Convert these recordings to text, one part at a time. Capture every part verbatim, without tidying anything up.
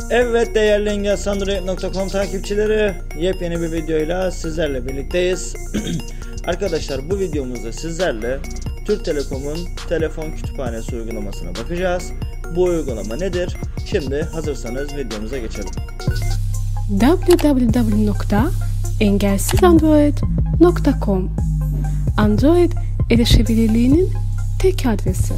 Evet değerli engelsandroid nokta com takipçileri, yepyeni bir videoyla sizlerle birlikteyiz. Arkadaşlar bu videomuzda sizlerle Türk Telekom'un telefon kütüphanesi uygulamasına bakacağız. Bu uygulama nedir? Şimdi hazırsanız videomuza geçelim. w w w nokta engelsizandroid nokta com Android erişebilirliğinin tek adresi.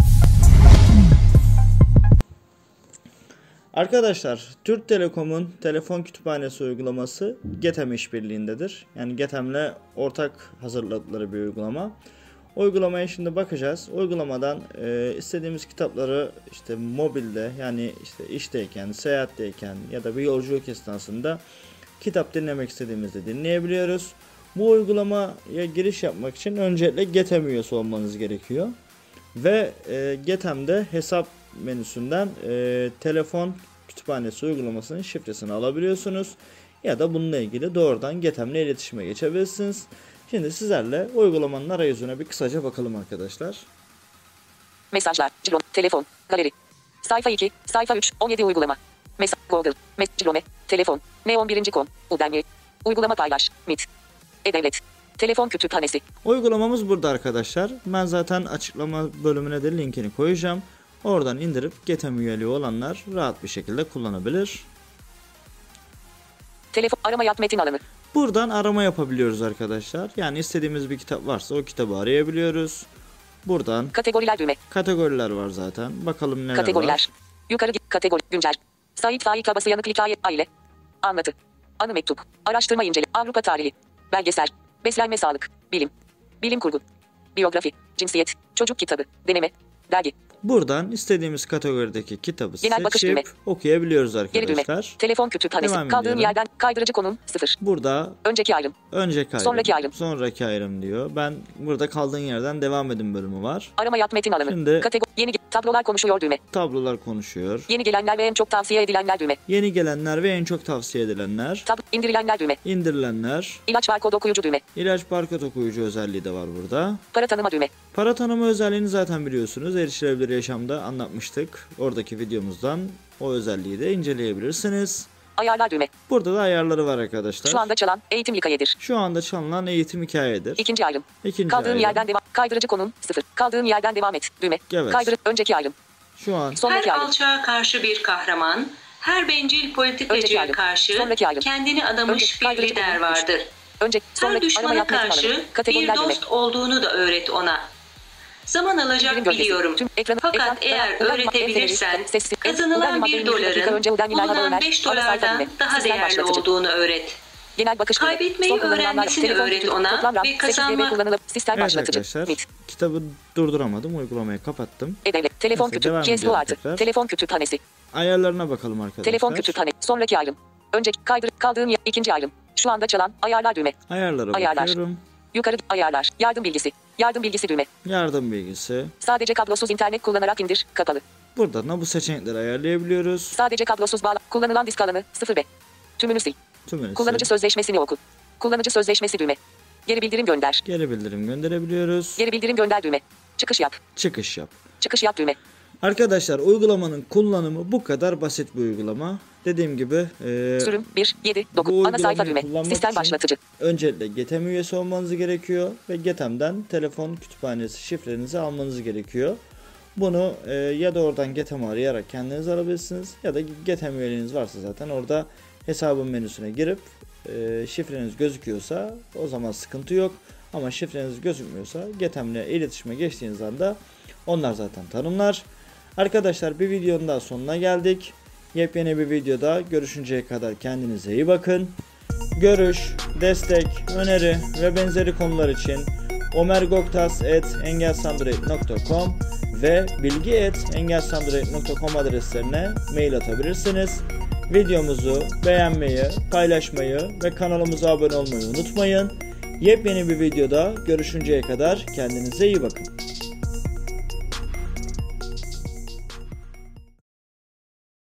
Arkadaşlar Türk Telekom'un telefon kütüphanesi uygulaması Getem işbirliğindedir. Yani Getem'le ortak hazırladıkları bir uygulama. Uygulamaya şimdi bakacağız. Uygulamadan e, istediğimiz kitapları işte mobilde, yani işte işteyken, seyahatteyken ya da bir yolculuk esnasında kitap dinlemek istediğimizde dinleyebiliyoruz. Bu uygulamaya giriş yapmak için öncelikle Getem üyesi olmanız gerekiyor. Ve e, Getem'de hesap menüsünden e, telefon kütüphanesi uygulamasının şifresini alabiliyorsunuz. Ya da bununla ilgili doğrudan Getem'le iletişime geçebilirsiniz. Şimdi sizlerle uygulamanın arayüzüne bir kısaca bakalım arkadaşlar. Mesajlar, Cilom, telefon, galeri. Sayfa iki, sayfa üç, on yedi uygulama. Mesaj, Google, Mes, Cilome, telefon, M on birinci konu, Udemy, uygulama paylaş, Meet, E-Devlet, telefon kütüphanesi. Uygulamamız burada arkadaşlar. Ben zaten açıklama bölümüne de linkini koyacağım. Oradan indirip Getem üyeliği olanlar rahat bir şekilde kullanabilir. Telefon arama yap metin alanı. Buradan arama yapabiliyoruz arkadaşlar. Yani istediğimiz bir kitap varsa o kitabı arayabiliyoruz. Buradan kategoriler düğme. Kategoriler var zaten. Bakalım neler kategoriler. var. Yukarı kategori güncel. Sait Faik Abası yanık hikaye aile. Anlatı. Anı mektup. Araştırma incele. Avrupa tarihi. Belgesel. Beslenme sağlık. Bilim. Bilim kurgu. Biyografi. Cinsiyet. Çocuk kitabı. Deneme. Dergi. Buradan istediğimiz kategorideki kitabı genel bakış seçip düğme. okuyabiliyoruz Geri düğme. arkadaşlar. Telefon kütüphanesi. Devam Kaldığım ediyorum. yerden kaydırıcı konum sıfır. Burada önceki ayrım. önceki ayrım. Sonraki ayrım. Sonraki ayrım diyor. Ben burada kaldığın yerden devam edin bölümü var. Arama yap metin alanı. Şimdi kategori yeni tablolar konuşuyor düğme. Tablolar konuşuyor. Yeni gelenler ve en çok tavsiye edilenler düğme. Yeni gelenler ve en çok tavsiye edilenler. Tab indirilenler düğme. İndirilenler. İlaç barkod okuyucu düğme. İlaç barkod okuyucu özelliği de var burada. Para tanıma düğme. Para tanıma özelliğini zaten biliyorsunuz. Erişilebilir yaşamda anlatmıştık. Oradaki videomuzdan o özelliği de inceleyebilirsiniz. Ayarlar düğme. Burada da ayarları var arkadaşlar. Şu anda çalan eğitim hikayedir. Şu anda çalınan eğitim hikayedir. İkinci ayrım. İkinci Kaldığın ayrım. yerden devam. Kaydırıcı konum sıfır. Kaldığın yerden devam et düğme. Evet. Kaydırı önceki ayrım. Şu an Sonraki her ayrım. alçağa karşı bir kahraman, her bencil Önceki politikacıya ayrım. karşı Sonraki ayrım. kendini adamış Önceki bir kaydırıcı lider konum vardır. Önce Her sonraki arama düşmana yap metin karşı alanı. bir Kategoriler düğme. dost olduğunu da öğret ona. Zaman alacak Bilim gölgesi. biliyorum. Tüm ekranı- Fakat ekran- eğer ekran- öğretebilirsen sessiz- kazanılan Udemy bir madde yirmi dakika önce doların Udemy Live'a bulunan öner. beş Ana sayfa dolardan düğme. daha Sistem değerli başlatıcı. olduğunu öğret. Genel bakış düğme. Kaybetmeyi Son kullanılanlar, öğrenmesini telefon öğret kütüğü, ona toplam RAM, ve sekiz G B kazanma- kullanılıp sistem evet başlatıcı. arkadaşlar Meet. kitabı durduramadım. Uygulamayı kapattım. E-Devlet. Telefon Neyse, kütüğü. devam Keslu ediyorum artı. tekrar. Telefon kütüphanesi. Ayarlarına bakalım arkadaşlar. Telefon kütüphane. Sonraki ayrım. Önceki kaydır kaldığın yer. İkinci ayrım. Şu anda çalan ayarlar düğme. Ayarlara Ayarlar. bakıyorum. Yukarı ayarlar. Yardım bilgisi. Yardım bilgisi düğme. Yardım bilgisi. Sadece kablosuz internet kullanarak indir. Kapalı. Buradan da bu seçenekleri ayarlayabiliyoruz. Sadece kablosuz bağla. Kullanılan disk alanı sıfır B. Tümünü sil. Tümünü Kullanıcı sil. sözleşmesini oku. Kullanıcı sözleşmesi düğme. Geri bildirim gönder. Geri bildirim gönderebiliyoruz. Geri bildirim gönder düğme. Çıkış yap. Çıkış yap. Çıkış yap düğme. Arkadaşlar uygulamanın kullanımı bu kadar basit bir uygulama. Dediğim gibi e, Sürüm bir yedi bu dokuz. Ana sayfa uygulamayı düğme. kullanmak Sistem için başlatıcı. öncelikle Getem üyesi olmanız gerekiyor ve Getem'den telefon kütüphanesi şifrenizi almanız gerekiyor. Bunu e, ya da oradan Getem'i arayarak kendiniz alabilirsiniz ya da Getem üyeliğiniz varsa zaten orada hesabın menüsüne girip e, şifreniz gözüküyorsa o zaman sıkıntı yok. Ama şifreniz gözükmüyorsa Getem'le iletişime geçtiğiniz anda onlar zaten tanımlar. Arkadaşlar bir videonun daha sonuna geldik. Yepyeni bir videoda görüşünceye kadar kendinize iyi bakın. Görüş, destek, öneri ve benzeri konular için omergoktas at engelsandroid nokta com ve bilgi at engelsandroid nokta com adreslerine mail atabilirsiniz. Videomuzu beğenmeyi, paylaşmayı ve kanalımıza abone olmayı unutmayın. Yepyeni bir videoda görüşünceye kadar kendinize iyi bakın.